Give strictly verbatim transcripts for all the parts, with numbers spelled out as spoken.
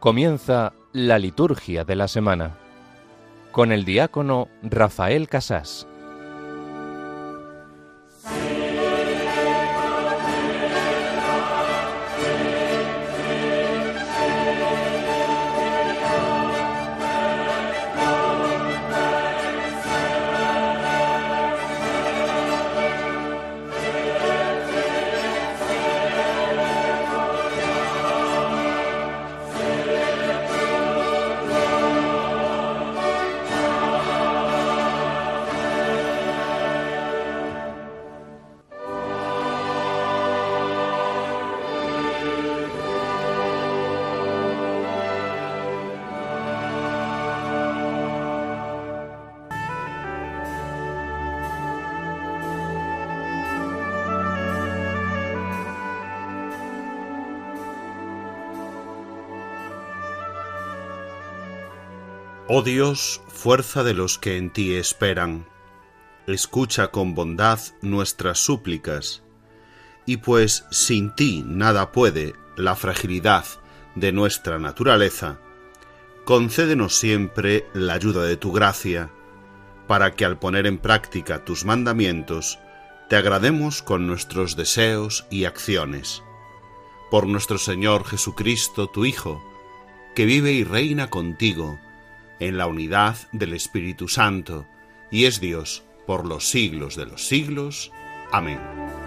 Comienza la liturgia de la semana con el diácono Rafael Casás. Oh Dios, fuerza de los que en ti esperan, escucha con bondad nuestras súplicas, y pues sin ti nada puede la fragilidad de nuestra naturaleza, concédenos siempre la ayuda de tu gracia, para que al poner en práctica tus mandamientos, te agrademos con nuestros deseos y acciones. Por nuestro Señor Jesucristo, tu Hijo, que vive y reina contigo, en la unidad del Espíritu Santo, y es Dios por los siglos de los siglos. Amén.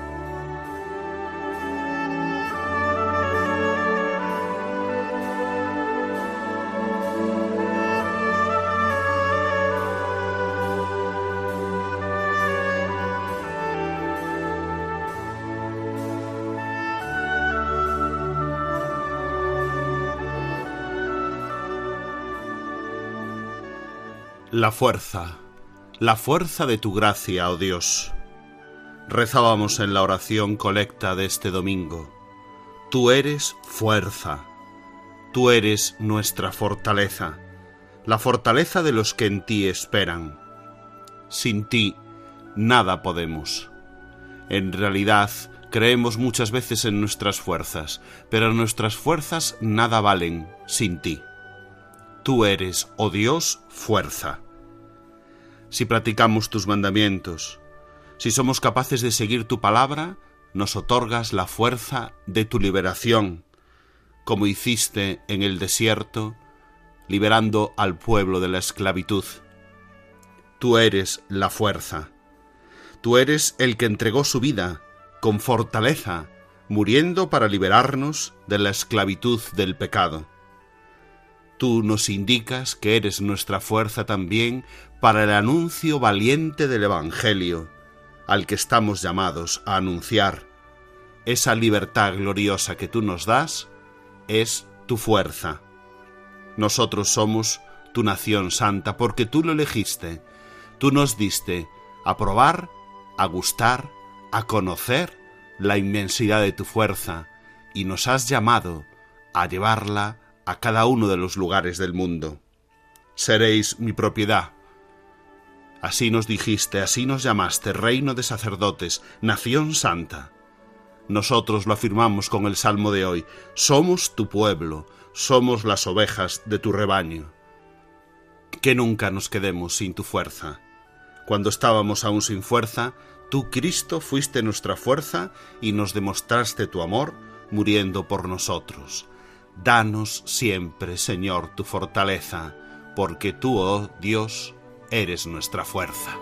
La fuerza, la fuerza de tu gracia, oh Dios. Rezábamos en la oración colecta de este domingo. Tú eres fuerza, tú eres nuestra fortaleza, la fortaleza de los que en ti esperan. Sin ti, nada podemos. En realidad, creemos muchas veces en nuestras fuerzas, pero nuestras fuerzas nada valen sin ti. Tú eres, oh Dios, fuerza. Si practicamos tus mandamientos, si somos capaces de seguir tu palabra, nos otorgas la fuerza de tu liberación, como hiciste en el desierto, liberando al pueblo de la esclavitud. Tú eres la fuerza. Tú eres el que entregó su vida con fortaleza, muriendo para liberarnos de la esclavitud del pecado. Tú nos indicas que eres nuestra fuerza también para el anuncio valiente del Evangelio, al que estamos llamados a anunciar. Esa libertad gloriosa que tú nos das es tu fuerza. Nosotros somos tu nación santa porque tú lo elegiste. Tú nos diste a probar, a gustar, a conocer la inmensidad de tu fuerza y nos has llamado a llevarla a cada uno de los lugares del mundo. Seréis mi propiedad. Así nos dijiste, así nos llamaste, reino de sacerdotes, nación santa. Nosotros lo afirmamos con el salmo de hoy. Somos tu pueblo, somos las ovejas de tu rebaño. Que nunca nos quedemos sin tu fuerza. Cuando estábamos aún sin fuerza, tú, Cristo, fuiste nuestra fuerza y nos demostraste tu amor muriendo por nosotros. Danos siempre, Señor, tu fortaleza, porque tú, oh Dios, eres nuestra fuerza.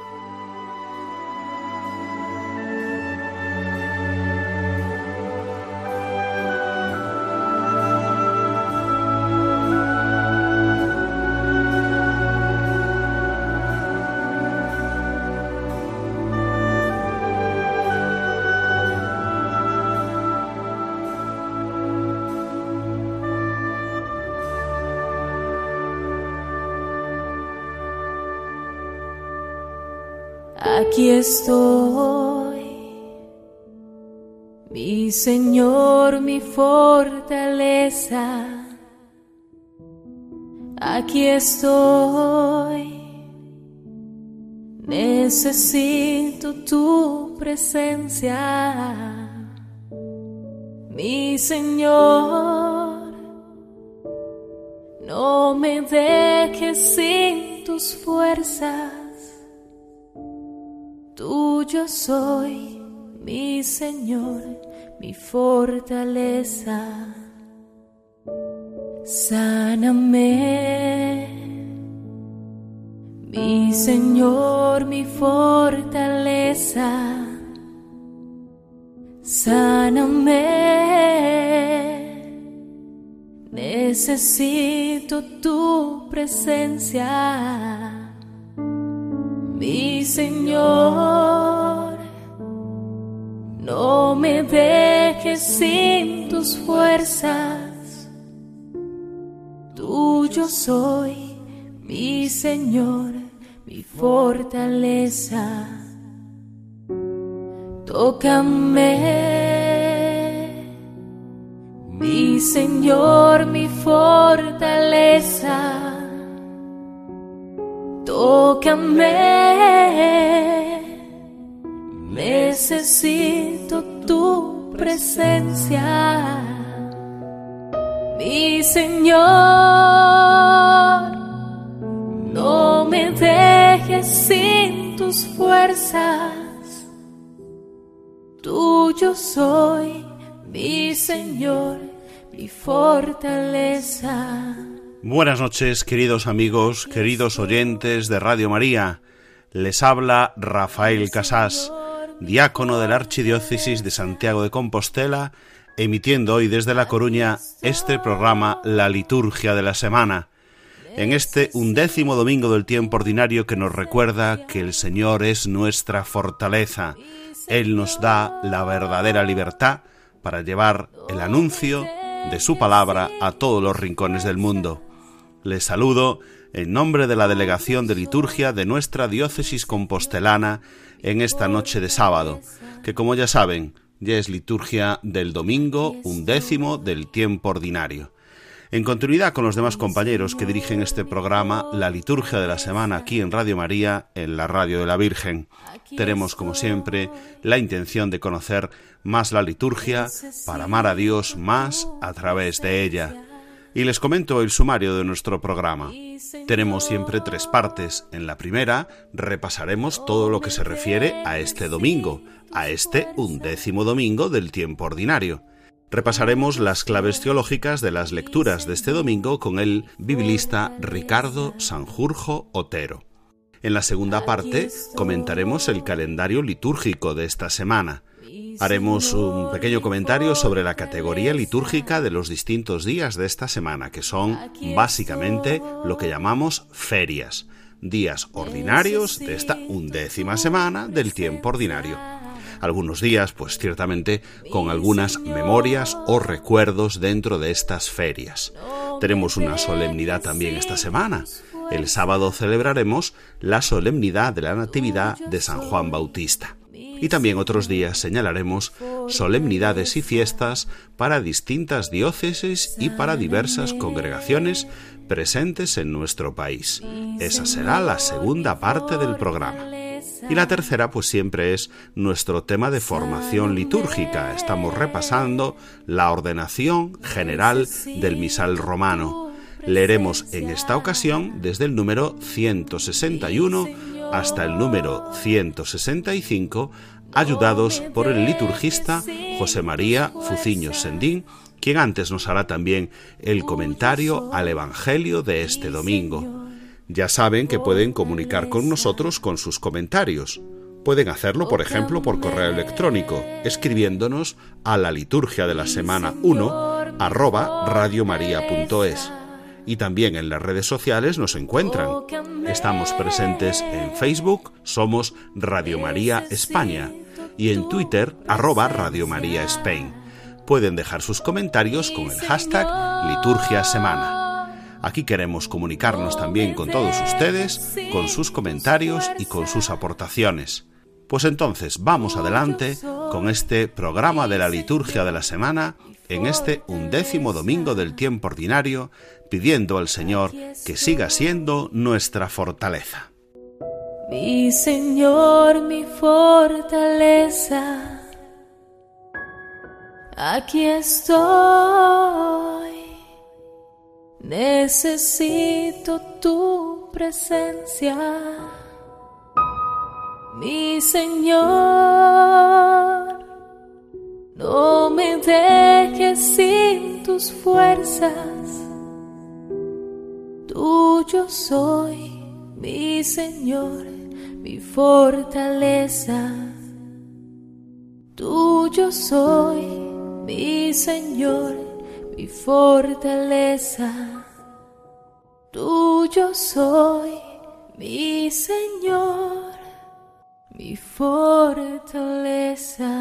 Aquí estoy, mi Señor, mi fortaleza. Aquí estoy, necesito tu presencia, mi Señor. no me dejes sin tus fuerzas. Tuyo soy, mi Señor, mi fortaleza. Sáname, mi Señor, mi fortaleza. Sáname, necesito tu presencia, mi Señor. No me dejes sin tus fuerzas. Tuyo soy, mi Señor, mi fortaleza. Tócame, mi Señor, mi fortaleza. Tócame, necesito tu presencia, mi Señor. No me dejes sin tus fuerzas. Tuyo soy, mi Señor, mi fortaleza. Buenas noches, queridos amigos, queridos oyentes de Radio María. Les habla Rafael Casás, diácono de la Archidiócesis de Santiago de Compostela, emitiendo hoy desde La Coruña este programa La Liturgia de la Semana, en este undécimo domingo del tiempo ordinario que nos recuerda que el Señor es nuestra fortaleza. Él nos da la verdadera libertad para llevar el anuncio de su palabra a todos los rincones del mundo. Les saludo en nombre de la Delegación de Liturgia de nuestra Diócesis Compostelana en esta noche de sábado, que como ya saben, ya es liturgia del domingo undécimo del tiempo ordinario. En continuidad con los demás compañeros que dirigen este programa, la liturgia de la semana aquí en Radio María, en la Radio de la Virgen, tenemos como siempre la intención de conocer más la liturgia para amar a Dios más a través de ella. Y les comento el sumario de nuestro programa. Tenemos siempre tres partes. En la primera repasaremos todo lo que se refiere a este domingo, a este undécimo domingo del tiempo ordinario. Repasaremos las claves teológicas de las lecturas de este domingo con el biblista Ricardo Sanjurjo Otero. En la segunda parte comentaremos el calendario litúrgico de esta semana. Haremos un pequeño comentario sobre la categoría litúrgica de los distintos días de esta semana, que son básicamente lo que llamamos ferias, días ordinarios de esta undécima semana del tiempo ordinario. Algunos días, pues ciertamente, con algunas memorias o recuerdos dentro de estas ferias. Tenemos una solemnidad también esta semana. El sábado celebraremos la solemnidad de la Natividad de San Juan Bautista. Y también otros días señalaremos solemnidades y fiestas para distintas diócesis y para diversas congregaciones presentes en nuestro país. Esa será la segunda parte del programa. Y la tercera, pues siempre es nuestro tema de formación litúrgica. Estamos repasando la ordenación general del misal romano. Leeremos en esta ocasión desde el número ciento sesenta y uno hasta el número ciento sesenta y cinco, ayudados por el liturgista José María Fuciño Sendín, quien antes nos hará también el comentario al Evangelio de este domingo. Ya saben que pueden comunicar con nosotros con sus comentarios. Pueden hacerlo, por ejemplo, por correo electrónico, escribiéndonos a la liturgia de la semana uno arroba radiomaria punto es. Y también en las redes sociales nos encuentran. Estamos presentes en Facebook, somos Radio María España, y en Twitter, arroba Radio María Spain. Pueden dejar sus comentarios con el hashtag Liturgia Semana. Aquí queremos comunicarnos también con todos ustedes, con sus comentarios y con sus aportaciones. Pues entonces vamos adelante con este programa de la liturgia de la semana en este undécimo domingo del tiempo ordinario, pidiendo al Señor que siga siendo nuestra fortaleza. Mi Señor, mi fortaleza, aquí estoy. necesito tu presencia, mi Señor. No me dejes sin tus fuerzas, tuyo soy, mi Señor, mi fortaleza. Tuyo soy, mi Señor, mi fortaleza. Tuyo soy, mi Señor, mi fortaleza.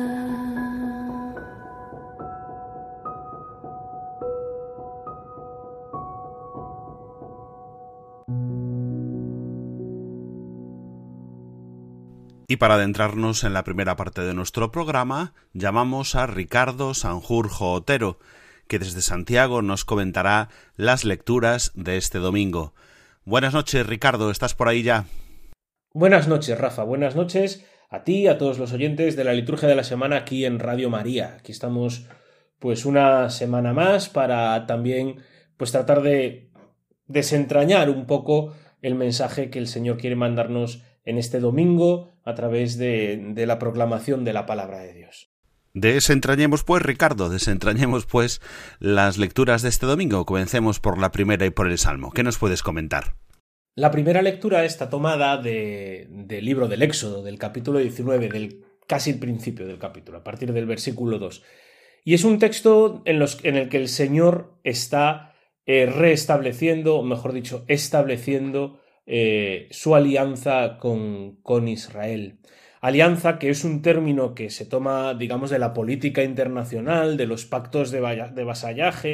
Y para adentrarnos en la primera parte de nuestro programa, llamamos a Ricardo Sanjurjo Otero, que desde Santiago nos comentará las lecturas de este domingo. Buenas noches, Ricardo, ¿estás por ahí ya? Buenas noches, Rafa, buenas noches a ti y a todos los oyentes de la Liturgia de la Semana aquí en Radio María. Aquí estamos pues una semana más para también pues tratar de desentrañar un poco el mensaje que el Señor quiere mandarnos en este domingo a través de, de la proclamación de la palabra de Dios. Desentrañemos pues, Ricardo, desentrañemos pues las lecturas de este domingo. Comencemos por la primera y por el Salmo. ¿Qué nos puedes comentar? La primera lectura está tomada de, del libro del Éxodo, del capítulo diecinueve, del casi el principio del capítulo, a partir del versículo dos. Y es un texto en, los, en el que el Señor está eh, reestableciendo, o mejor dicho, estableciendo Eh, su alianza con, con Israel. Alianza que es un término que se toma, digamos, de la política internacional, de los pactos de, de vasallaje,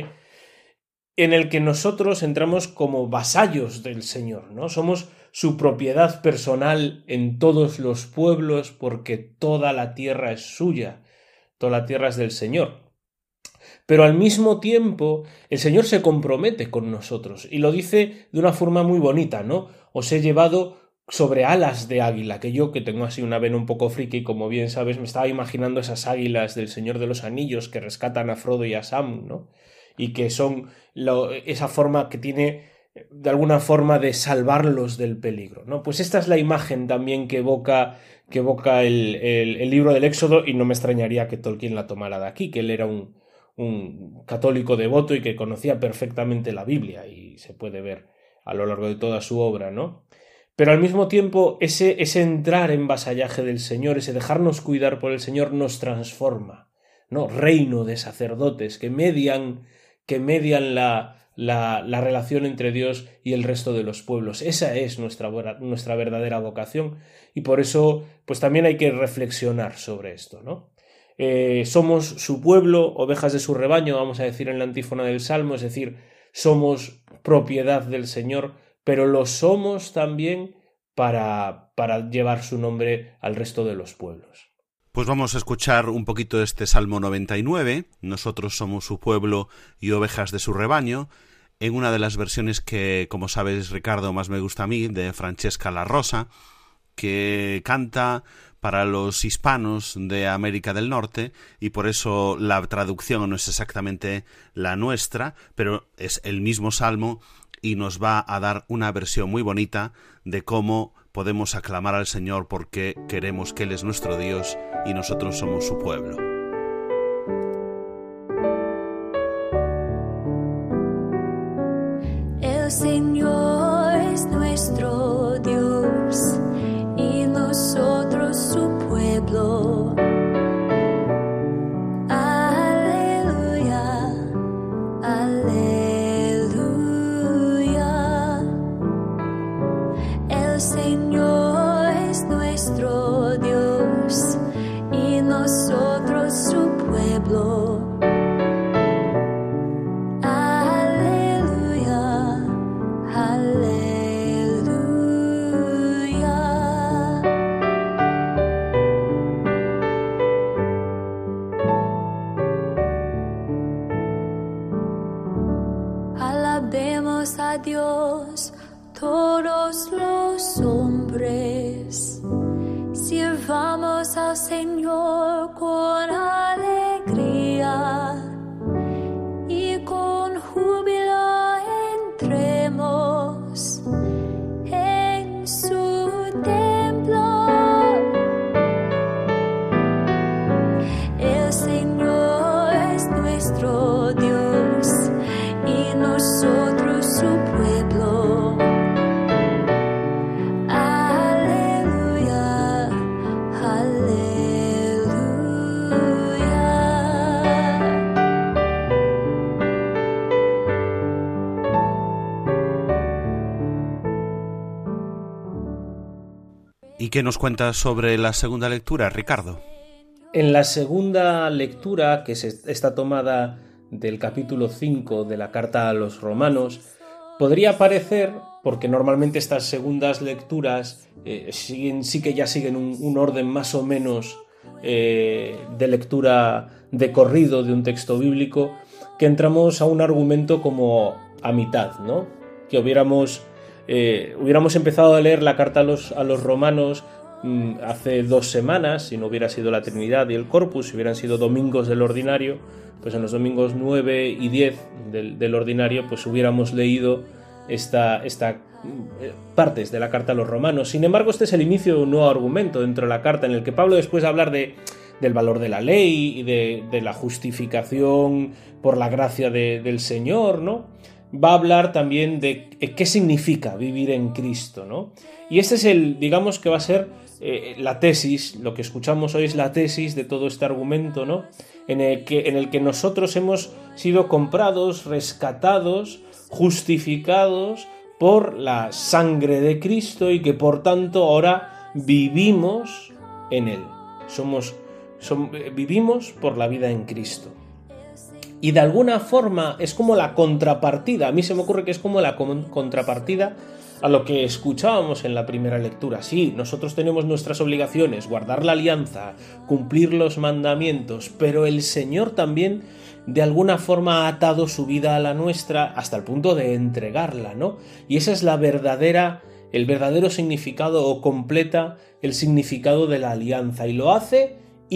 en el que nosotros entramos como vasallos del Señor, ¿no? Somos su propiedad personal en todos los pueblos porque toda la tierra es suya, toda la tierra es del Señor. Pero al mismo tiempo el Señor se compromete con nosotros y lo dice de una forma muy bonita, ¿no? Os he llevado sobre alas de águila, que yo que tengo así una vena un poco friki, como bien sabes, me estaba imaginando esas águilas del Señor de los Anillos que rescatan a Frodo y a Sam, ¿no? Y que son lo, esa forma que tiene de alguna forma de salvarlos del peligro, ¿no? Pues esta es la imagen también que evoca, que evoca el, el, el libro del Éxodo, y no me extrañaría que Tolkien la tomara de aquí, que él era un un católico devoto y que conocía perfectamente la Biblia, y se puede ver a lo largo de toda su obra, ¿no? Pero al mismo tiempo ese, ese entrar en vasallaje del Señor, ese dejarnos cuidar por el Señor nos transforma, ¿no? Reino de sacerdotes que median, que median la, la, la relación entre Dios y el resto de los pueblos. Esa es nuestra, nuestra verdadera vocación, y por eso pues también hay que reflexionar sobre esto, ¿no? Eh, somos su pueblo, ovejas de su rebaño, vamos a decir en la antífona del Salmo, es decir, somos propiedad del Señor, pero lo somos también para, para llevar su nombre al resto de los pueblos. Pues vamos a escuchar un poquito de este Salmo noventa y nueve, nosotros somos su pueblo y ovejas de su rebaño, en una de las versiones que, como sabes, Ricardo, más me gusta a mí, de Francesca La Rosa, que canta para los hispanos de América del Norte, y por eso la traducción no es exactamente la nuestra, pero es el mismo salmo y nos va a dar una versión muy bonita de cómo podemos aclamar al Señor porque queremos que Él es nuestro Dios y nosotros somos su pueblo. El Señor es nuestro Dios y nosotros su pueblo. Aleluya, aleluya. El Señor es nuestro Dios y nosotros su pueblo. Alabemos a Dios todos los hombres, sirvamos al Señor con alegría y con júbilo ¿Y qué nos cuentas sobre la segunda lectura, Ricardo? En la segunda lectura, que está tomada del capítulo cinco de la carta a los romanos, podría parecer, porque normalmente estas segundas lecturas eh, siguen, sí que ya siguen un, un orden más o menos eh, de lectura de corrido de un texto bíblico, que entramos a un argumento como a mitad, ¿no? Que hubiéramos, eh, hubiéramos empezado a leer la carta a los, a los romanos mmm, hace dos semanas, si no hubiera sido la Trinidad y el Corpus, si hubieran sido domingos del ordinario, pues en los domingos nueve y diez del, del ordinario, pues hubiéramos leído esta, esta eh, partes de la carta a los romanos. Sin embargo, este es el inicio de un nuevo argumento dentro de la carta, en el que Pablo, después de hablar de, del valor de la ley y de, de la justificación por la gracia de, del Señor, ¿no?, va a hablar también de qué significa vivir en Cristo, ¿no? Y este es el, digamos que va a ser eh, la tesis, lo que escuchamos hoy es la tesis de todo este argumento, ¿no?, en el que, en el que nosotros hemos sido comprados, rescatados, justificados por la sangre de Cristo y que por tanto ahora vivimos en Él. Somos, som, vivimos por la vida en Cristo. Y de alguna forma es como la contrapartida, a mí se me ocurre que es como la contrapartida a lo que escuchábamos en la primera lectura. Sí, nosotros tenemos nuestras obligaciones, guardar la alianza, cumplir los mandamientos, pero el Señor también de alguna forma ha atado su vida a la nuestra hasta el punto de entregarla, ¿no? Y esa es la verdadera, el verdadero significado, o completa el significado de la alianza, y lo hace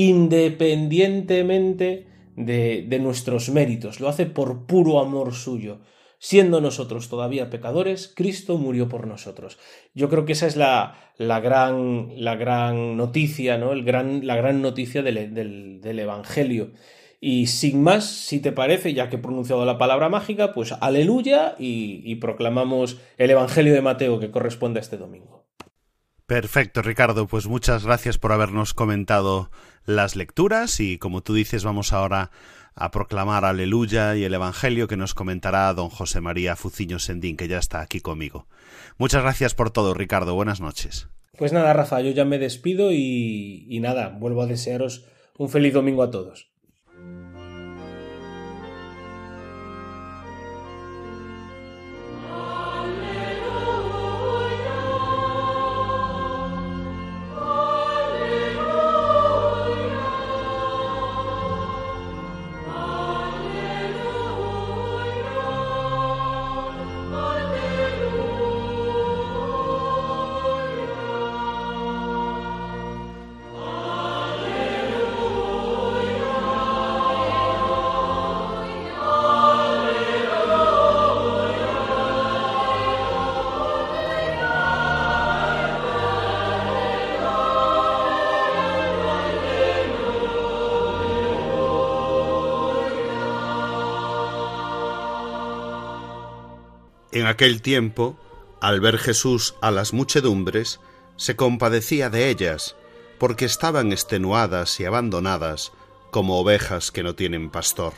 independientemente de, de nuestros méritos, lo hace por puro amor suyo. Siendo nosotros todavía pecadores, Cristo murió por nosotros. Yo creo que esa es la, la, gran, la gran noticia, ¿no? El gran, la gran noticia del, del, del Evangelio. Y sin más, si te parece, ya que he pronunciado la palabra mágica, pues aleluya y, y proclamamos el Evangelio de Mateo que corresponde a este domingo. Perfecto, Ricardo, pues muchas gracias por habernos comentado las lecturas y, como tú dices, vamos ahora a proclamar aleluya y el Evangelio que nos comentará don José María Fuciño Sendín, que ya está aquí conmigo. Muchas gracias por todo, Ricardo, buenas noches. Pues nada, Rafa, yo ya me despido y, y nada, vuelvo a desearos un feliz domingo a todos. En aquel tiempo, al ver Jesús a las muchedumbres, se compadecía de ellas, porque estaban extenuadas y abandonadas, como ovejas que no tienen pastor.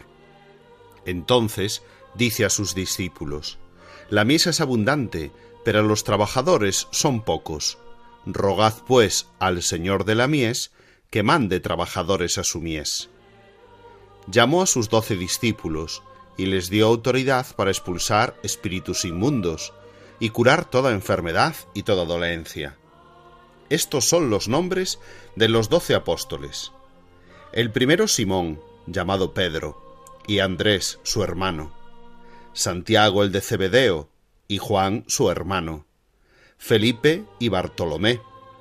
Entonces dice a sus discípulos: La mies es abundante, pero los trabajadores son pocos. Rogad pues al Señor de la mies que mande trabajadores a su mies. Llamó a sus doce discípulos y les dio autoridad para expulsar espíritus inmundos y curar toda enfermedad y toda dolencia. Estos son los nombres de los doce apóstoles. El primero Simón, llamado Pedro, y Andrés, su hermano, Santiago el de Zebedeo, y Juan, su hermano, Felipe y Bartolomé,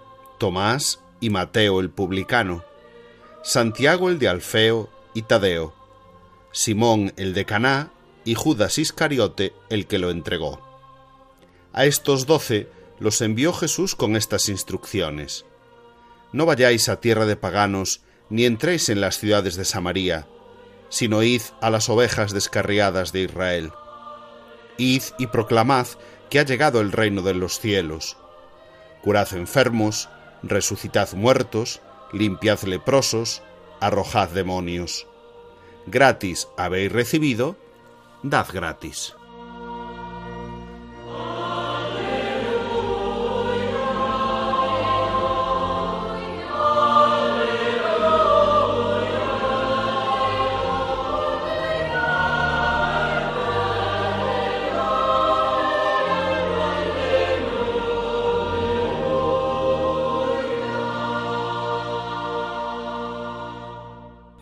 Tomás y Mateo el publicano, Santiago el de Alfeo y Tadeo, Simón el de Caná y Judas Iscariote el que lo entregó. A estos doce los envió Jesús con estas instrucciones: No vayáis a tierra de paganos, ni entréis en las ciudades de Samaria, sino id a las ovejas descarriadas de Israel. Id y proclamad que ha llegado el reino de los cielos. Curad enfermos, resucitad muertos, limpiad leprosos, arrojad demonios. Gratis habéis recibido, dad gratis.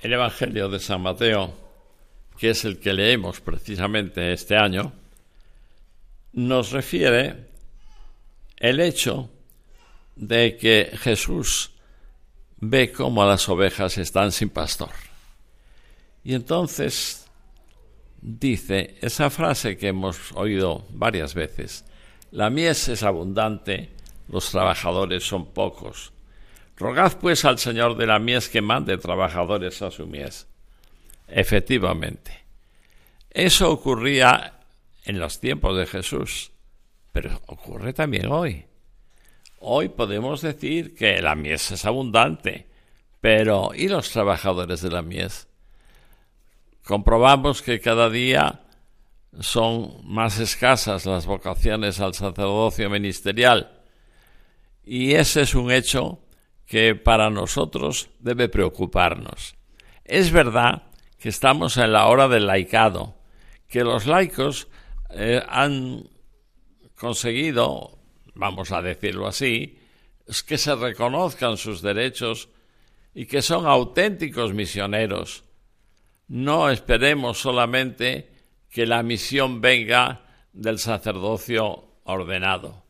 El Evangelio de San Mateo, que es el que leemos precisamente este año, nos refiere el hecho de que Jesús ve cómo las ovejas están sin pastor. Y entonces dice esa frase que hemos oído varias veces: la mies es abundante, los trabajadores son pocos. Rogad pues al Señor de la mies que mande trabajadores a su mies. Efectivamente, eso ocurría en los tiempos de Jesús, pero ocurre también hoy. Hoy podemos decir que la mies es abundante, pero ¿y los trabajadores de la mies? Comprobamos que cada día son más escasas las vocaciones al sacerdocio ministerial, y ese es un hecho que para nosotros debe preocuparnos. Es verdad que estamos en la hora del laicado, que los laicos eh, han conseguido, vamos a decirlo así, es que se reconozcan sus derechos y que son auténticos misioneros. No esperemos solamente que la misión venga del sacerdocio ordenado.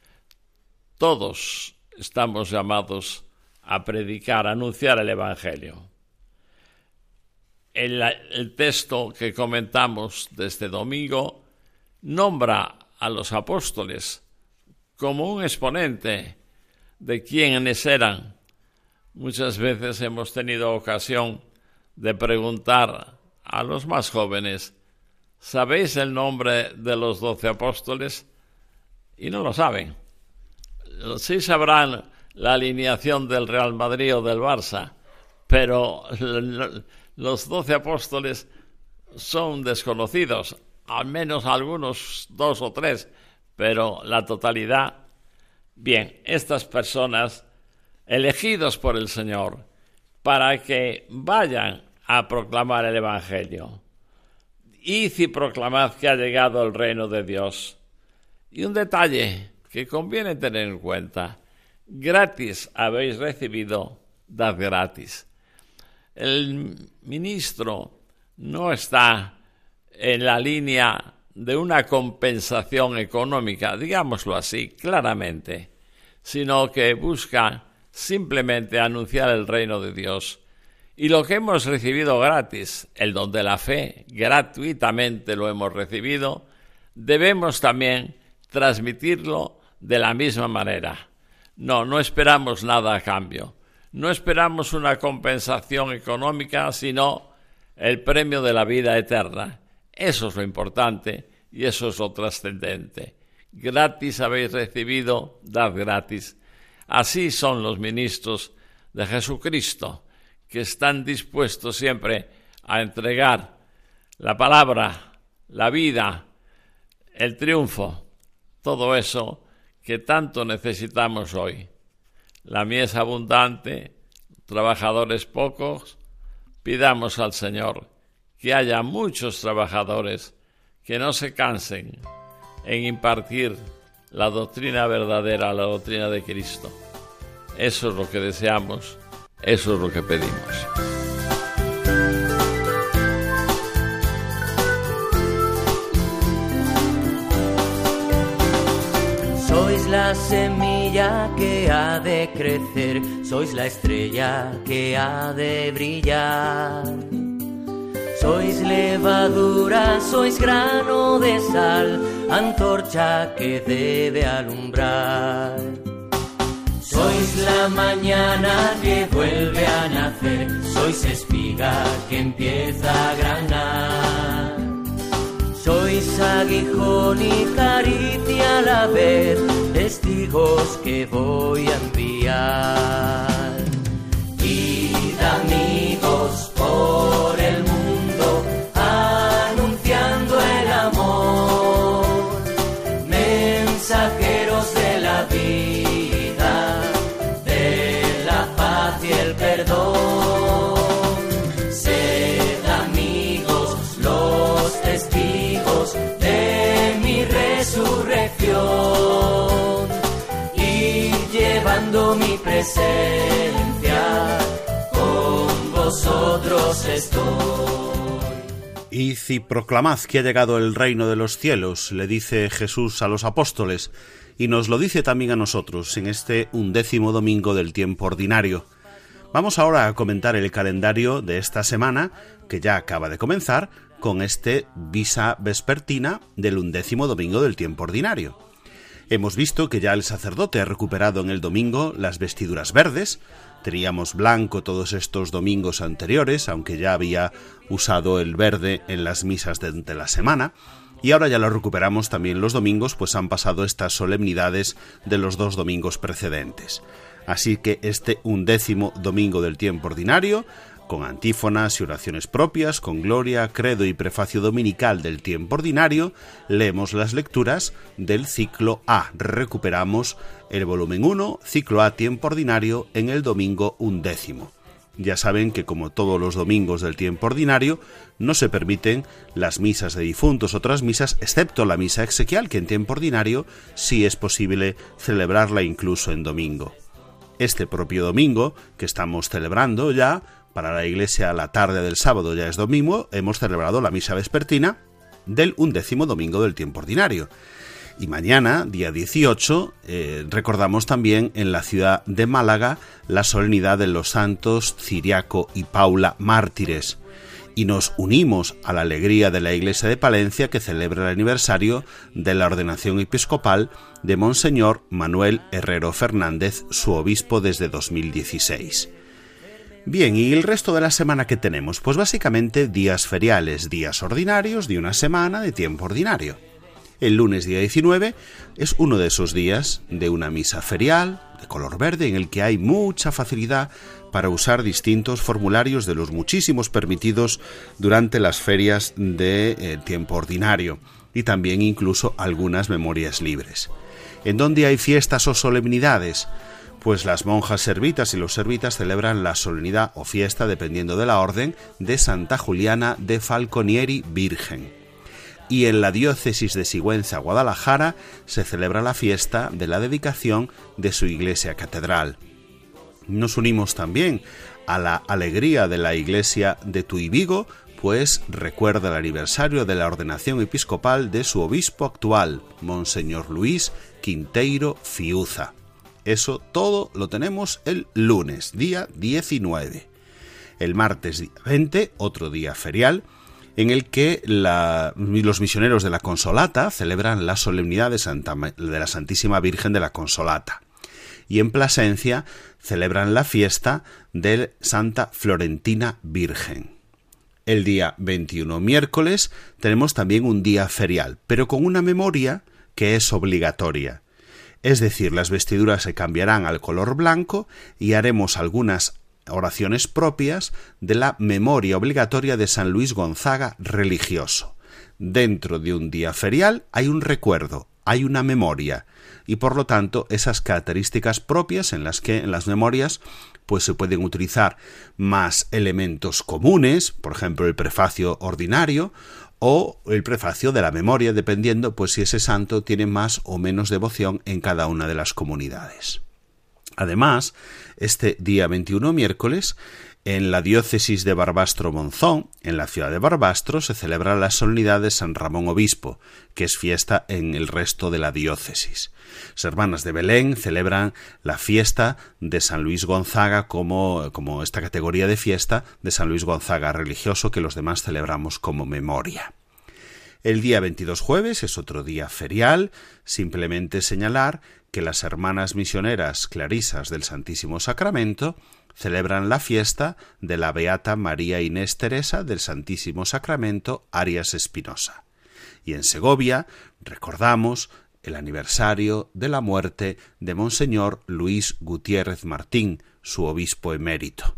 Todos estamos llamados a predicar, a anunciar el Evangelio. El, el texto que comentamos de este domingo nombra a los apóstoles como un exponente de quiénes eran. Muchas veces hemos tenido ocasión de preguntar a los más jóvenes: ¿sabéis el nombre de los doce apóstoles? Y no lo saben. Sí sabrán la alineación del Real Madrid o del Barça, pero los doce apóstoles son desconocidos, al menos algunos dos o tres, pero la totalidad. Bien, estas personas elegidos por el Señor para que vayan a proclamar el Evangelio. Id y proclamad que ha llegado el reino de Dios. Y un detalle que conviene tener en cuenta: gratis habéis recibido, dad gratis. El ministro no está en la línea de una compensación económica, digámoslo así, claramente, sino que busca simplemente anunciar el reino de Dios. Y lo que hemos recibido gratis, el don de la fe, gratuitamente lo hemos recibido, debemos también transmitirlo de la misma manera. No, no esperamos nada a cambio. No esperamos una compensación económica, sino el premio de la vida eterna. Eso es lo importante y eso es lo trascendente. Gratis habéis recibido, dad gratis. Así son los ministros de Jesucristo, que están dispuestos siempre a entregar la palabra, la vida, el triunfo, todo eso que tanto necesitamos hoy. La mies abundante, trabajadores pocos. Pidamos al Señor que haya muchos trabajadores que no se cansen en impartir la doctrina verdadera, la doctrina de Cristo. Eso es lo que deseamos, eso es lo que pedimos. Sois la semilla que ha de crecer, sois la estrella que ha de brillar. Sois levadura, sois grano de sal, antorcha que debe alumbrar. Sois la mañana que vuelve a nacer, sois espiga que empieza a granar. Sois aguijón y caricia a la vez, testigos que voy a enviar. Id amigos por el mundo, anunciando el amor, mensajeros de la vida, de la paz y el perdón. Sed amigos los testigos de mi resurrección, y llevando mi presencia con vosotros vosotros estoy. Id y proclamad que ha llegado el reino de los cielos, le dice Jesús a los apóstoles, y nos lo dice también a nosotros en este undécimo domingo del tiempo ordinario. Vamos ahora a comentar el calendario de esta semana, que ya acaba de comenzar, con este Visa Vespertina del undécimo domingo del tiempo ordinario. Hemos visto que ya el sacerdote ha recuperado en el domingo las vestiduras verdes. Teníamos blanco todos estos domingos anteriores, aunque ya había usado el verde en las misas de la semana, y ahora ya lo recuperamos también los domingos, pues han pasado estas solemnidades de los dos domingos precedentes. Así que este undécimo domingo del tiempo ordinario, con antífonas y oraciones propias, con gloria, credo y prefacio dominical del tiempo ordinario, leemos las lecturas del ciclo A. Recuperamos el volumen uno, ciclo A, tiempo ordinario, en el domingo undécimo. Ya saben que, como todos los domingos del tiempo ordinario, no se permiten las misas de difuntos, otras misas, excepto la misa exequial, que en tiempo ordinario sí es posible celebrarla incluso en domingo. Este propio domingo, que estamos celebrando ya, para la Iglesia la tarde del sábado ya es domingo, hemos celebrado la misa vespertina del undécimo domingo del tiempo ordinario. Y mañana, día dieciocho, eh, recordamos también en la ciudad de Málaga la solemnidad de los santos Ciriaco y Paula mártires. Y nos unimos a la alegría de la Iglesia de Palencia, que celebra el aniversario de la ordenación episcopal de Monseñor Manuel Herrero Fernández, su obispo desde dos mil dieciséis. Bien, ¿y el resto de la semana que tenemos? Pues básicamente días feriales, días ordinarios de una semana de tiempo ordinario. El lunes día diecinueve es uno de esos días de una misa ferial de color verde en el que hay mucha facilidad para usar distintos formularios de los muchísimos permitidos durante las ferias de eh, tiempo ordinario, y también incluso algunas memorias libres. ¿En dónde hay fiestas o solemnidades? Pues las monjas servitas y los servitas celebran la solemnidad o fiesta, dependiendo de la orden, de Santa Juliana de Falconieri Virgen. Y en la diócesis de Sigüenza, Guadalajara, se celebra la fiesta de la dedicación de su iglesia catedral. Nos unimos también a la alegría de la iglesia de Tuy Vigo, pues recuerda el aniversario de la ordenación episcopal de su obispo actual, Monseñor Luis Quinteiro Fiuza. Eso todo lo tenemos el lunes, día diecinueve. El martes día veinte, otro día ferial, en el que la, los misioneros de la Consolata celebran la solemnidad de, Santa, de la Santísima Virgen de la Consolata. Y en Plasencia celebran la fiesta de Santa Florentina Virgen. El día veintiuno, miércoles, tenemos también un día ferial, pero con una memoria que es obligatoria. Es decir, las vestiduras se cambiarán al color blanco y haremos algunas oraciones propias de la memoria obligatoria de San Luis Gonzaga religioso. Dentro de un día ferial hay un recuerdo, hay una memoria, y por lo tanto esas características propias en las que en las memorias pues se pueden utilizar más elementos comunes, por ejemplo el prefacio ordinario, o el prefacio de la memoria, dependiendo pues si ese santo tiene más o menos devoción en cada una de las comunidades. Además, este día veintiuno, miércoles, en la diócesis de Barbastro-Monzón, en la ciudad de Barbastro, se celebra la solemnidad de San Ramón Obispo, que es fiesta en el resto de la diócesis. Las hermanas de Belén celebran la fiesta de San Luis Gonzaga como, como esta categoría de fiesta de San Luis Gonzaga religioso, que los demás celebramos como memoria. El día veintidós, jueves, es otro día ferial, simplemente señalar que las hermanas misioneras clarisas del Santísimo Sacramento celebran la fiesta de la Beata María Inés Teresa del Santísimo Sacramento Arias Espinosa. Y en Segovia recordamos el aniversario de la muerte de Monseñor Luis Gutiérrez Martín, su obispo emérito.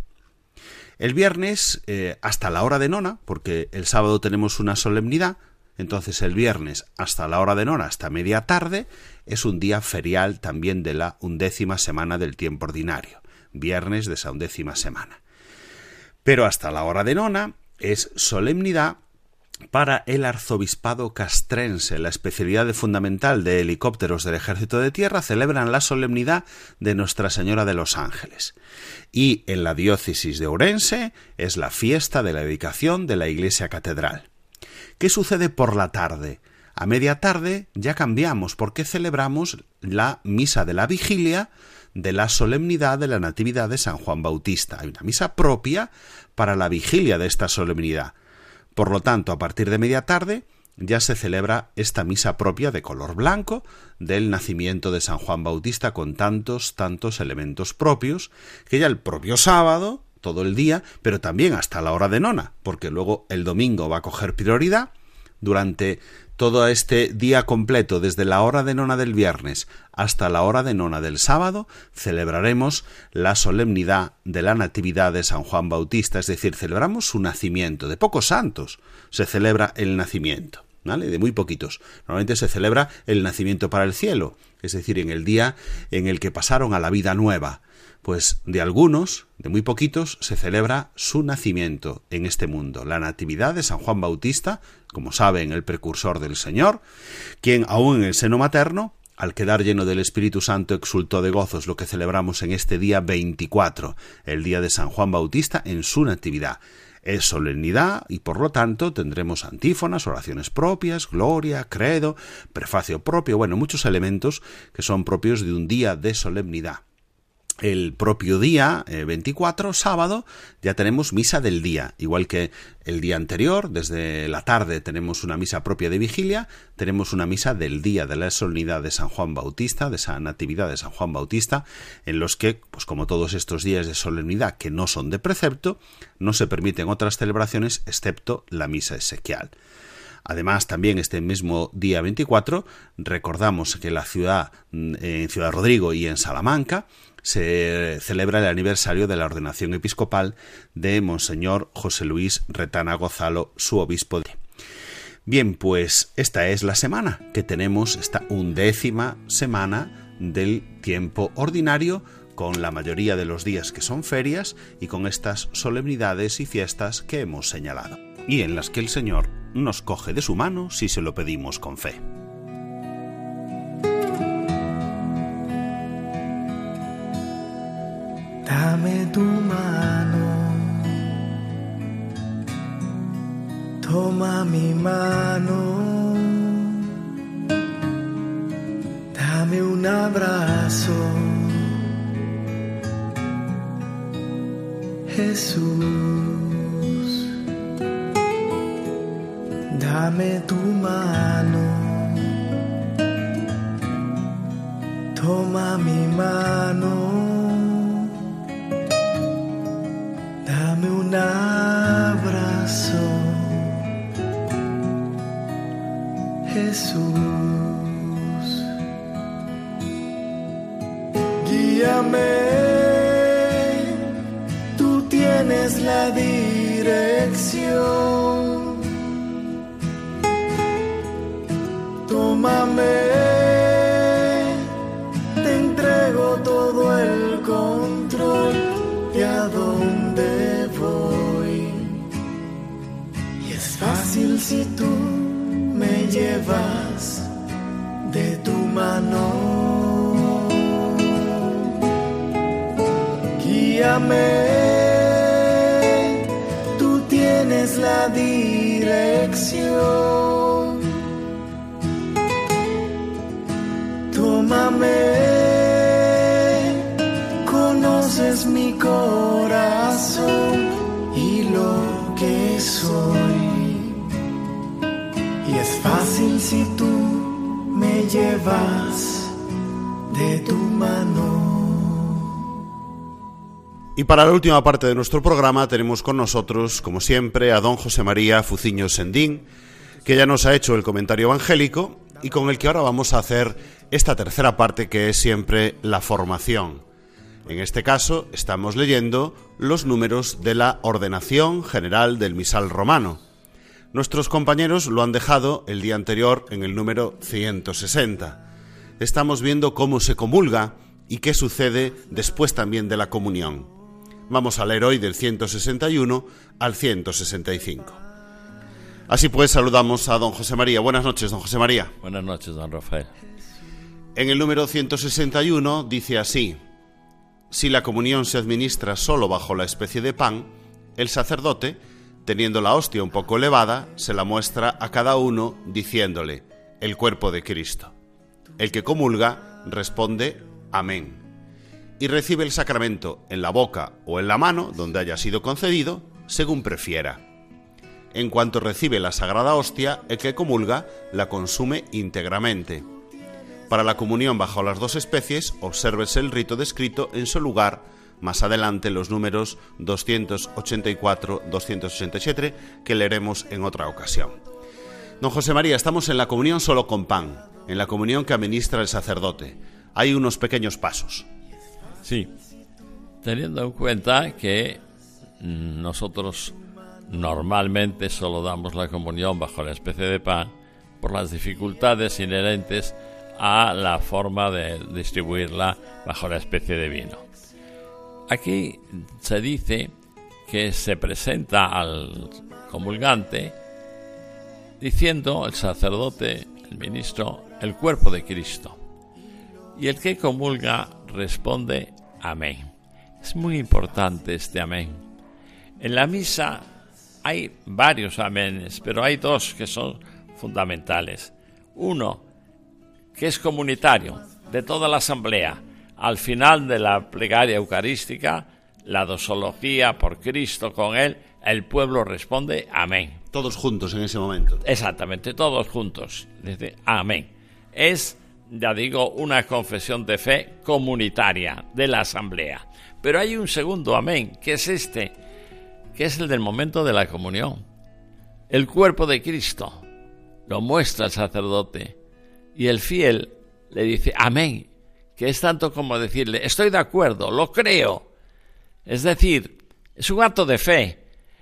El viernes, eh, hasta la hora de nona, porque el sábado tenemos una solemnidad, entonces el viernes hasta la hora de nona, hasta media tarde, es un día ferial también de la undécima semana del tiempo ordinario, viernes de esa undécima semana. Pero hasta la hora de nona es solemnidad para el arzobispado castrense, la especialidad fundamental de helicópteros del Ejército de Tierra, celebran la solemnidad de Nuestra Señora de los Ángeles. Y en la diócesis de Ourense es la fiesta de la dedicación de la iglesia catedral. ¿Qué sucede por la tarde? A media tarde ya cambiamos porque celebramos la misa de la vigilia de la solemnidad de la Natividad de San Juan Bautista. Hay una misa propia para la vigilia de esta solemnidad. Por lo tanto, a partir de media tarde ya se celebra esta misa propia de color blanco del nacimiento de San Juan Bautista, con tantos, tantos elementos propios, que ya el propio sábado, todo el día, pero también hasta la hora de nona, porque luego el domingo va a coger prioridad. Durante todo este día completo, desde la hora de nona del viernes hasta la hora de nona del sábado, celebraremos la solemnidad de la Natividad de San Juan Bautista, es decir, celebramos su nacimiento. De pocos santos se celebra el nacimiento, ¿vale? De muy poquitos. Normalmente se celebra el nacimiento para el cielo, es decir, en el día en el que pasaron a la vida nueva. Pues de algunos, de muy poquitos, se celebra su nacimiento en este mundo, la Natividad de San Juan Bautista, como saben, el precursor del Señor, quien aún en el seno materno, al quedar lleno del Espíritu Santo, exultó de gozos, lo que celebramos en este día veinticuatro, el día de San Juan Bautista en su Natividad. Es solemnidad y por lo tanto tendremos antífonas, oraciones propias, gloria, credo, prefacio propio, bueno, muchos elementos que son propios de un día de solemnidad. El propio día, eh, veinticuatro, sábado, ya tenemos misa del día, igual que el día anterior, desde la tarde tenemos una misa propia de vigilia, tenemos una misa del día de la solemnidad de San Juan Bautista, de esa Natividad de San Juan Bautista, en los que, pues como todos estos días de solemnidad que no son de precepto, no se permiten otras celebraciones excepto la misa exequial. Además, también este mismo día veinticuatro, recordamos que en la ciudad, en Ciudad Rodrigo y en Salamanca, se celebra el aniversario de la ordenación episcopal de Monseñor José Luis Retana Gozalo, su obispo de... Bien, pues esta es la semana que tenemos, esta undécima semana del tiempo ordinario, con la mayoría de los días que son ferias y con estas solemnidades y fiestas que hemos señalado, y en las que el Señor nos coge de su mano si se lo pedimos con fe. Dame tu mano, toma mi mano, dame un abrazo, Jesús, dame tu mano, toma mi mano, dame un abrazo, Jesús. Guíame, tú tienes la dirección. Tómame, te entrego todo el control de a dónde voy. Y es fácil si tú me llevas de tu mano. Guíame, tú tienes la dirección. Tómame, conoces mi corazón y lo que soy. Y es fácil si tú me llevas de tu mano. Y para la última parte de nuestro programa tenemos con nosotros, como siempre, a don José María Fuciño Sendín, que ya nos ha hecho el comentario evangélico y con el que ahora vamos a hacer esta tercera parte, que es siempre la formación. En este caso estamos leyendo los números de la ordenación general del misal romano. Nuestros compañeros lo han dejado el día anterior en el número ciento sesenta. Estamos viendo cómo se comulga y qué sucede después también de la comunión. Vamos a leer hoy del ciento sesenta y uno al ciento sesenta y cinco. Así pues, saludamos a don José María. Buenas noches, don José María. Buenas noches, don Rafael. En el número ciento sesenta y uno dice así: si la comunión se administra solo bajo la especie de pan, el sacerdote, teniendo la hostia un poco elevada, se la muestra a cada uno diciéndole: el cuerpo de Cristo. El que comulga responde: amén. Y recibe el sacramento en la boca o en la mano, donde haya sido concedido, según prefiera. En cuanto recibe la sagrada hostia, el que comulga la consume íntegramente. Para la comunión bajo las dos especies, obsérvese el rito descrito en su lugar, más adelante los números doscientos ochenta y cuatro a doscientos ochenta y siete, que leeremos en otra ocasión. Don José María, estamos en la comunión solo con pan, en la comunión que administra el sacerdote. Hay unos pequeños pasos. Sí, teniendo en cuenta que nosotros normalmente solo damos la comunión bajo la especie de pan por las dificultades inherentes a la forma de distribuirla bajo la especie de vino. Aquí se dice que se presenta al comulgante diciendo el sacerdote, el ministro, el cuerpo de Cristo. Y el que comulga responde amén. Es muy importante este amén. En la misa hay varios amenes, pero hay dos que son fundamentales. Uno, que es comunitario, de toda la asamblea. Al final de la plegaria eucarística, la dosología por Cristo con él, el pueblo responde amén. Todos juntos en ese momento. Exactamente, todos juntos. Dice amén. Es, ya digo, una confesión de fe comunitaria de la asamblea. Pero hay un segundo amén, que es este, que es el del momento de la comunión. El cuerpo de Cristo lo muestra el sacerdote y el fiel le dice amén, que es tanto como decirle estoy de acuerdo, lo creo. Es decir, es un acto de fe.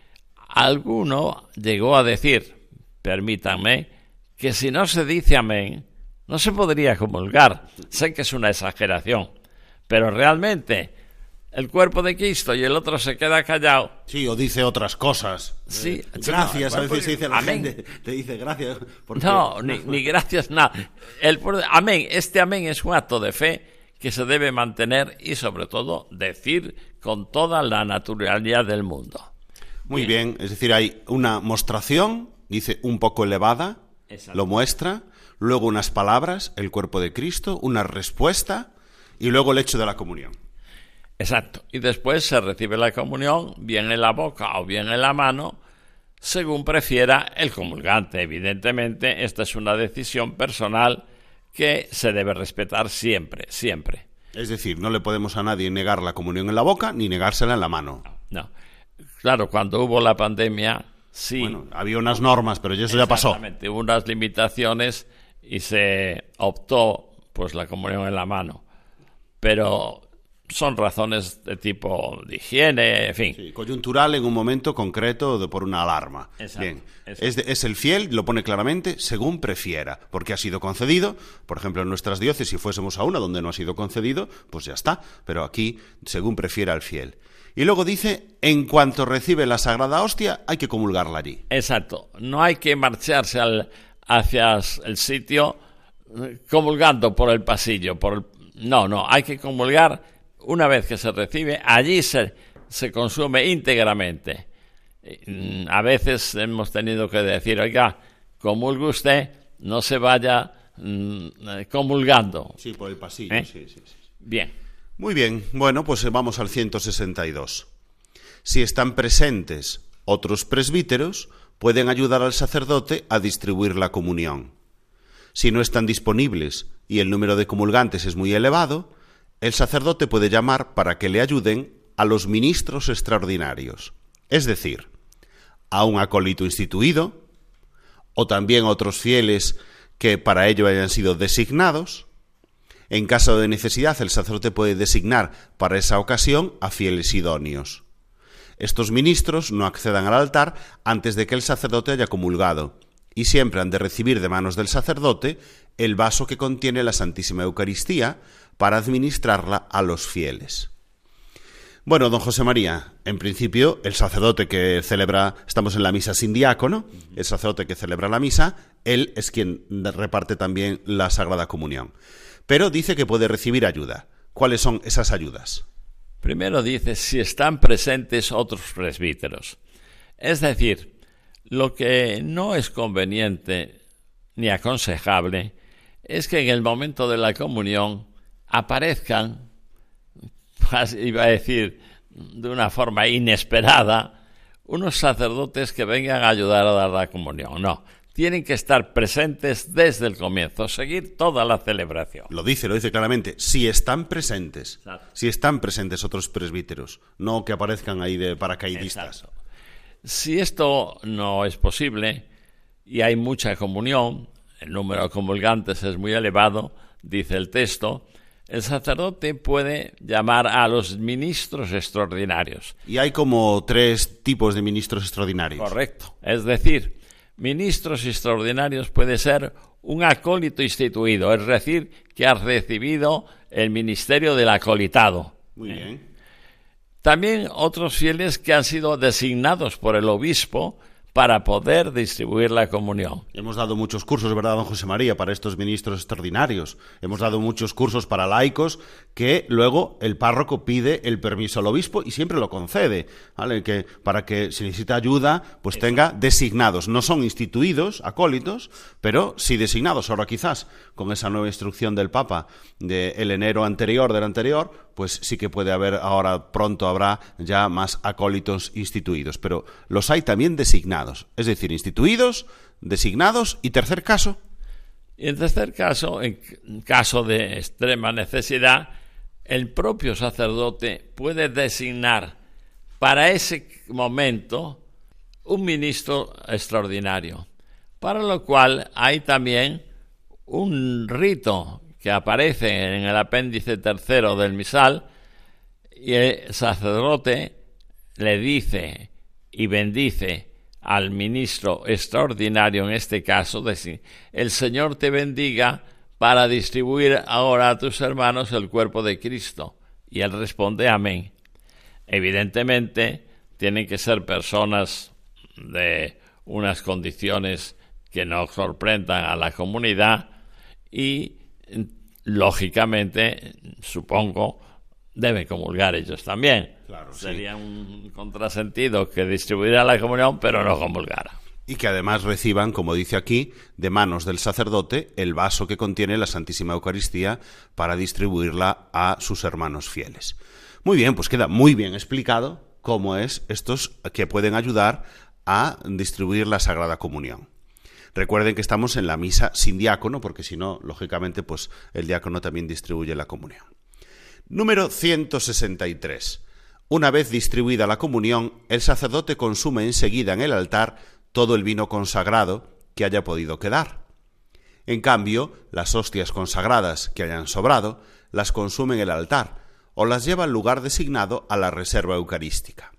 Alguno llegó a decir, permítanme, que si no se dice amén, no se podría comulgar. Sé que es una exageración, pero realmente el cuerpo de Cristo y el otro se queda callado. Sí, o dice otras cosas. Sí, eh, gracias, no, a veces se dice la amén. gente, te dice gracias. Porque... No, ni, ni gracias, nada. El, amén, este amén es un acto de fe que se debe mantener y sobre todo decir con toda la naturalidad del mundo. Muy bien, bien. Es decir, hay una mostración, dice un poco elevada, exacto, lo muestra, luego unas palabras, el cuerpo de Cristo, una respuesta y luego el hecho de la comunión. Exacto, y después se recibe la comunión, bien en la boca o bien en la mano, según prefiera el comulgante. Evidentemente, esta es una decisión personal que se debe respetar siempre, siempre. Es decir, no le podemos a nadie negar la comunión en la boca ni negársela en la mano. No, no. Claro, cuando hubo la pandemia, sí. Bueno, había unas normas, pero eso ya pasó. Exactamente, hubo unas limitaciones y se optó pues la comunión en la mano. Pero son razones de tipo de higiene, en fin. Sí, coyuntural en un momento concreto de, por una alarma. Exacto, bien, exacto. Es, de, es el fiel, lo pone claramente, según prefiera, porque ha sido concedido. Por ejemplo, en nuestras diócesis, si fuésemos a una donde no ha sido concedido, pues ya está. Pero aquí, según prefiera el fiel. Y luego dice, en cuanto recibe la Sagrada Hostia, hay que comulgarla allí. Exacto. No hay que marcharse al, hacia el sitio comulgando por el pasillo. Por el, no, no, hay que comulgar una vez que se recibe. Allí se, se consume íntegramente. A veces hemos tenido que decir, oiga, comulgue usted, no se vaya mm, comulgando. Sí, por el pasillo, ¿Eh? sí, sí, sí. Bien. Muy bien, bueno, pues vamos al ciento sesenta y dos. Si están presentes otros presbíteros, pueden ayudar al sacerdote a distribuir la comunión. Si no están disponibles y el número de comulgantes es muy elevado, el sacerdote puede llamar para que le ayuden a los ministros extraordinarios, es decir, a un acólito instituido, o también a otros fieles que para ello hayan sido designados. En caso de necesidad, el sacerdote puede designar para esa ocasión a fieles idóneos. Estos ministros no accedan al altar antes de que el sacerdote haya comulgado, y siempre han de recibir de manos del sacerdote el vaso que contiene la Santísima Eucaristía para administrarla a los fieles. Bueno, don José María, en principio el sacerdote que celebra, estamos en la misa sin diácono, el sacerdote que celebra la misa, él es quien reparte también la Sagrada Comunión. Pero dice que puede recibir ayuda. ¿Cuáles son esas ayudas? Primero dice si están presentes otros presbíteros. Es decir, lo que no es conveniente ni aconsejable es que en el momento de la comunión aparezcan, iba a decir de una forma inesperada, unos sacerdotes que vengan a ayudar a dar la comunión. No, tienen que estar presentes desde el comienzo, seguir toda la celebración. Lo dice, lo dice claramente, si están presentes, Exacto. si están presentes otros presbíteros, no que aparezcan ahí de paracaidistas. Exacto. Si esto no es posible y hay mucha comunión, el número de comulgantes es muy elevado, dice el texto, el sacerdote puede llamar a los ministros extraordinarios. Y hay como tres tipos de ministros extraordinarios. Correcto. Es decir, ministros extraordinarios puede ser un acólito instituido, es decir, que ha recibido el ministerio del acolitado. Muy bien. También otros fieles que han sido designados por el obispo para poder distribuir la comunión. Hemos dado muchos cursos, ¿verdad, don José María, para estos ministros extraordinarios? Hemos dado muchos cursos para laicos que luego el párroco pide el permiso al obispo y siempre lo concede, ¿vale? Que para que si necesita ayuda, pues Eso. tenga designados. No son instituidos, acólitos, pero sí designados. Ahora quizás, con esa nueva instrucción del Papa del enero anterior, del anterior, pues sí que puede haber, ahora pronto habrá ya más acólitos instituidos, pero los hay también designados, es decir, instituidos, designados y tercer caso. Y en tercer caso, en caso de extrema necesidad, el propio sacerdote puede designar para ese momento un ministro extraordinario, para lo cual hay también un rito que aparece en el apéndice tercero del misal, y el sacerdote le dice y bendice al ministro extraordinario, en este caso, decir, el Señor te bendiga para distribuir ahora a tus hermanos el cuerpo de Cristo. Y él responde amén. Evidentemente, tienen que ser personas de unas condiciones que no sorprendan a la comunidad y lógicamente, supongo, deben comulgar ellos también. Claro, Sería sí. un contrasentido que distribuyera la comunión, pero no comulgara. Y que además reciban, como dice aquí, de manos del sacerdote el vaso que contiene la Santísima Eucaristía para distribuirla a sus hermanos fieles. Muy bien, pues queda muy bien explicado cómo es estos que pueden ayudar a distribuir la Sagrada Comunión. Recuerden que estamos en la misa sin diácono, porque si no, lógicamente, pues el diácono también distribuye la comunión. Número ciento sesenta y tres. Una vez distribuida la comunión, el sacerdote consume enseguida en el altar todo el vino consagrado que haya podido quedar. En cambio, las hostias consagradas que hayan sobrado, las consume en el altar o las lleva al lugar designado a la reserva eucarística.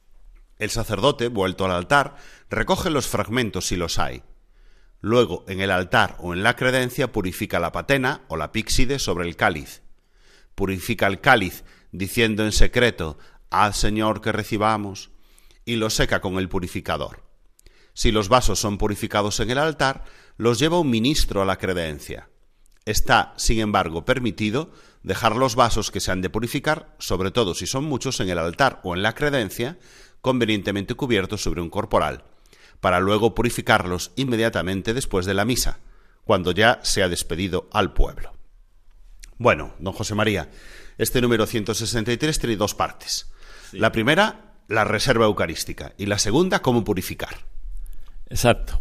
El sacerdote, vuelto al altar, recoge los fragmentos si los hay. Luego, en el altar o en la credencia, purifica la patena o la píxide sobre el cáliz. Purifica el cáliz, diciendo en secreto, «Haz, Señor, que recibamos», y lo seca con el purificador. Si los vasos son purificados en el altar, los lleva un ministro a la credencia. Está, sin embargo, permitido dejar los vasos que se han de purificar, sobre todo si son muchos, en el altar o en la credencia, convenientemente cubiertos sobre un corporal, para luego purificarlos inmediatamente después de la misa, cuando ya se ha despedido al pueblo. Bueno, don José María, este número ciento sesenta y tres tiene dos partes. Sí. La primera, la reserva eucarística, y la segunda, cómo purificar. Exacto.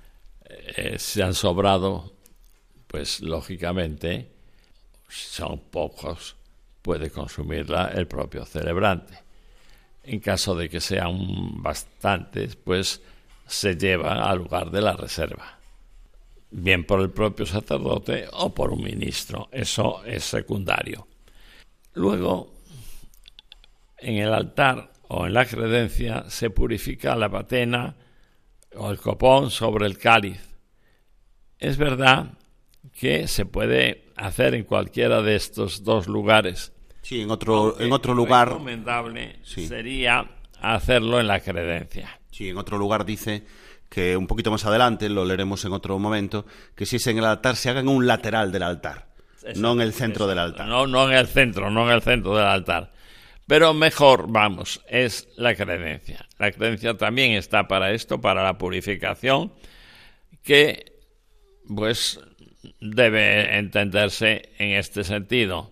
Eh, se han sobrado, pues lógicamente, si son pocos, puede consumirla el propio celebrante. En caso de que sean bastantes, pues se llevan al lugar de la reserva, bien por el propio sacerdote o por un ministro. Eso es secundario. Luego, en el altar o en la credencia se purifica la patena o el copón sobre el cáliz. Es verdad que se puede hacer en cualquiera de estos dos lugares, Sí, en otro, Aunque en otro lugar... recomendable sí. sería hacerlo en la credencia. Sí, en otro lugar dice que un poquito más adelante, lo leeremos en otro momento, que si es en el altar, se haga en un lateral del altar, exacto, no en el centro exacto. del altar. No, no en el centro, no en el centro del altar. Pero mejor, vamos, es la credencia. La credencia también está para esto, para la purificación, que pues debe entenderse en este sentido.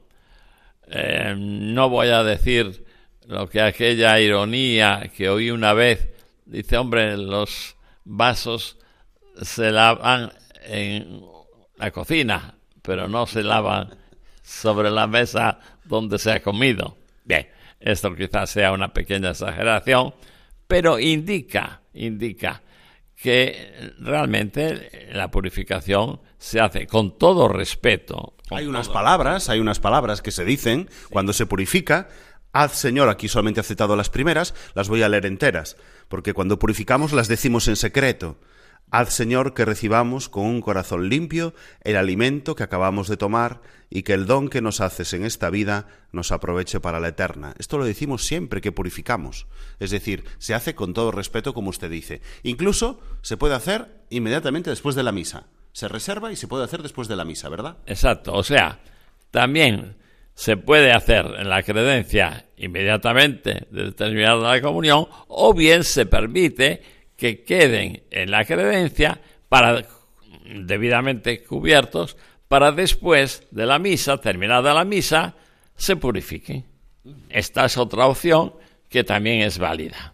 Eh, no voy a decir lo que aquella ironía que oí una vez, dice, hombre, los vasos se lavan en la cocina, pero no se lavan sobre la mesa donde se ha comido. Bien, esto quizás sea una pequeña exageración, pero indica, indica que realmente la purificación se hace con todo respeto. Con hay unas todo. palabras, hay unas palabras que se dicen sí. cuando se purifica. Haz, Señor, aquí solamente he citado las primeras, las voy a leer enteras, porque cuando purificamos las decimos en secreto. Haz, Señor, que recibamos con un corazón limpio el alimento que acabamos de tomar y que el don que nos haces en esta vida nos aproveche para la eterna. Esto lo decimos siempre que purificamos. Es decir, se hace con todo respeto, como usted dice. Incluso se puede hacer inmediatamente después de la misa. Se reserva y se puede hacer después de la misa, ¿verdad? Exacto, o sea, también se puede hacer en la credencia inmediatamente de terminada la comunión, o bien se permite que queden en la credencia para debidamente cubiertos para después de la misa, terminada la misa, se purifiquen. Esta es otra opción que también es válida.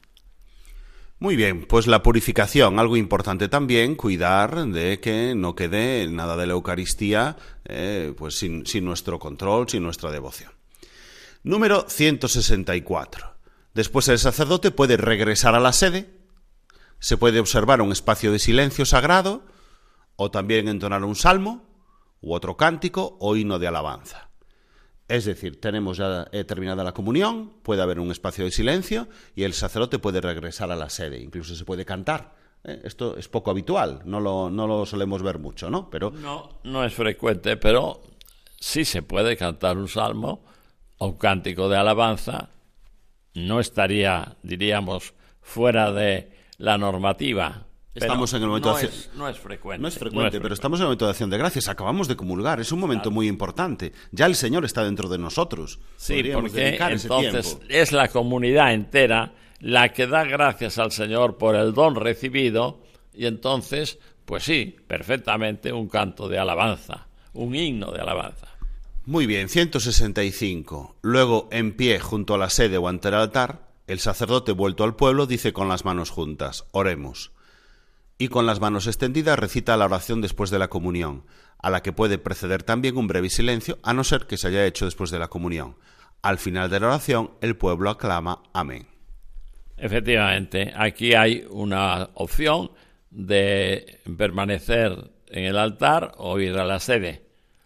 Muy bien, pues la purificación, algo importante también, cuidar de que no quede nada de la Eucaristía eh, pues sin, sin nuestro control, sin nuestra devoción. Número ciento sesenta y cuatro. Después el sacerdote puede regresar a la sede, se puede observar un espacio de silencio sagrado, o también entonar un salmo, u otro cántico o himno de alabanza. Es decir, tenemos ya eh, terminada la comunión, puede haber un espacio de silencio y el sacerdote puede regresar a la sede, incluso se puede cantar. ¿eh? Esto es poco habitual, no lo, no lo solemos ver mucho, ¿no? Pero no, no es frecuente, pero sí se puede cantar un salmo o un cántico de alabanza. No estaría, diríamos, fuera de la normativa. Estamos en el momento no de acción. Es, no es frecuente. No es frecuente, no es pero frecuente. estamos en el momento de acción de gracias. Acabamos de comulgar. Es un momento claro. muy importante. Ya el Señor está dentro de nosotros. Sí, Podríamos porque dedicar ese entonces tiempo. es la comunidad entera la que da gracias al Señor por el don recibido y entonces, pues sí, perfectamente un canto de alabanza, un himno de alabanza. Muy bien, ciento sesenta y cinco. Luego, en pie junto a la sede o ante el altar, el sacerdote vuelto al pueblo dice con las manos juntas, oremos. Y con las manos extendidas recita la oración después de la comunión, a la que puede preceder también un breve silencio, a no ser que se haya hecho después de la comunión. Al final de la oración, el pueblo aclama amén. Efectivamente, aquí hay una opción de permanecer en el altar o ir a la sede.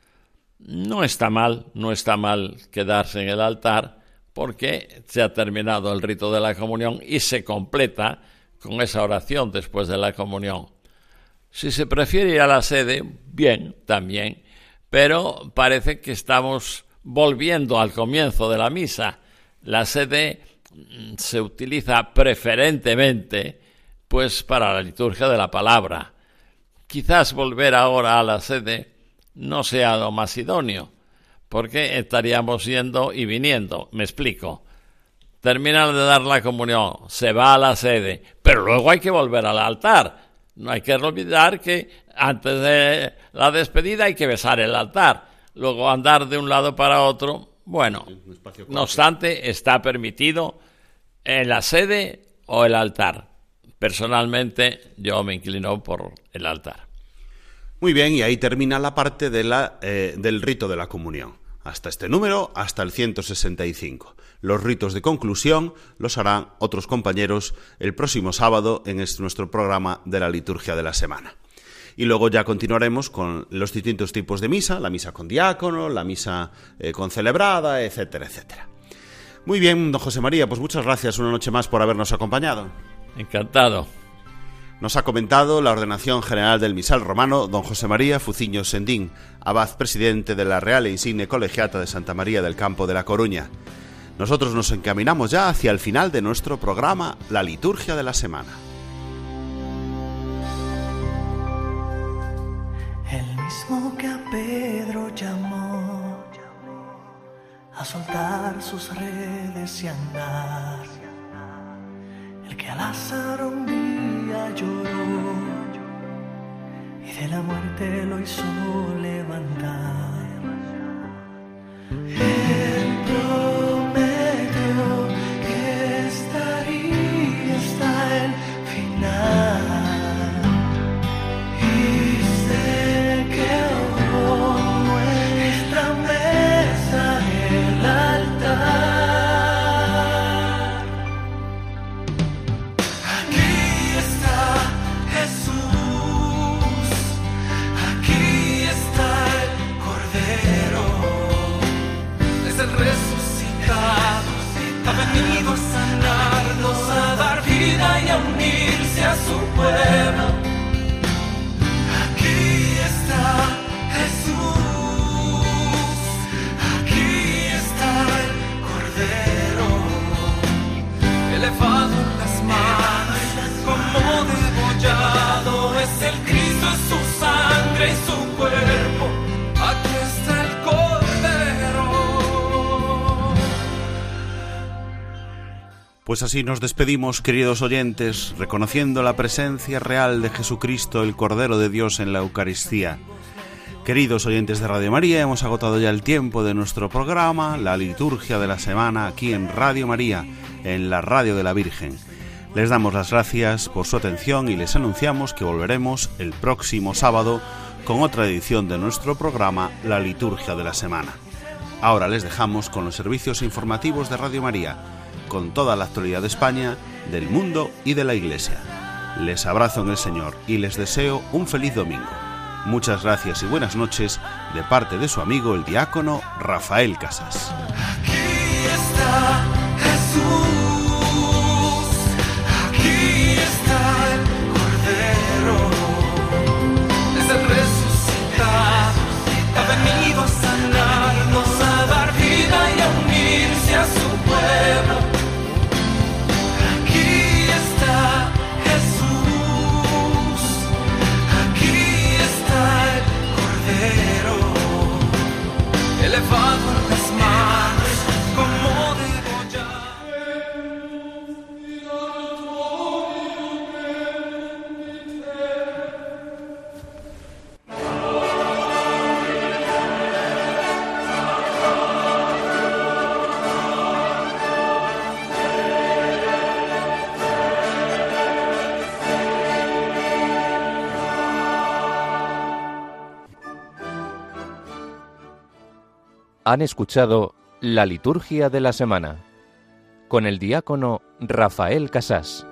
No está mal, no está mal quedarse en el altar porque se ha terminado el rito de la comunión y se completa con esa oración después de la comunión. Si se prefiere ir a la sede, bien, también, pero parece que estamos volviendo al comienzo de la misa. La sede se utiliza preferentemente pues para la liturgia de la palabra. Quizás volver ahora a la sede no sea lo más idóneo, porque estaríamos yendo y viniendo. Me explico. Termina de dar la comunión, se va a la sede, pero luego hay que volver al altar. No hay que olvidar que antes de la despedida hay que besar el altar, luego andar de un lado para otro. Bueno, no obstante, está permitido en la sede o el altar. Personalmente, yo me inclino por el altar. Muy bien, y ahí termina la parte de la, eh, del rito de la comunión. Hasta este número, hasta el ciento sesenta y cinco. Los ritos de conclusión los harán otros compañeros el próximo sábado en este, nuestro programa de la liturgia de la semana. Y luego ya continuaremos con los distintos tipos de misa, la misa con diácono, la misa eh, con celebrada, etcétera, etcétera. Muy bien, don José María, pues muchas gracias una noche más por habernos acompañado. Encantado. Nos ha comentado la ordenación general del misal romano don José María Fuciño Sendín, abad presidente de la Real e Insigne Colegiata de Santa María del Campo de La Coruña. Nosotros nos encaminamos ya hacia el final de nuestro programa, la liturgia de la semana. El mismo que a Pedro llamó a soltar sus redes y andar, el que a Lázaro un día lloró y de la muerte lo hizo levantar. Él prometió que estaría hasta el final y se quedó nuestra mesa en el altar. A sanarnos, a dar vida y a unirse a su pueblo. Aquí está Jesús, aquí está el Cordero, elevado en las manos, como degollado, es el Cristo, es su sangre y su cuerpo. Aquí está el Cordero. Pues así nos despedimos, queridos oyentes, reconociendo la presencia real de Jesucristo, el Cordero de Dios, en la Eucaristía. Queridos oyentes de Radio María, hemos agotado ya el tiempo de nuestro programa, la liturgia de la semana, aquí en Radio María, en la Radio de la Virgen. Les damos las gracias por su atención y les anunciamos que volveremos el próximo sábado con otra edición de nuestro programa, la liturgia de la semana. Ahora les dejamos con los servicios informativos de Radio María, con toda la actualidad de España, del mundo y de la Iglesia. Les abrazo en el Señor y les deseo un feliz domingo. Muchas gracias y buenas noches de parte de su amigo el diácono Rafael Casas. Aquí está Jesús, aquí está el Cordero, es el resucitado, ha venido a sanarnos, a dar vida y a unirse a su pueblo. Elevado en las manos, como Han escuchado la liturgia de la semana con el diácono Rafael Casas.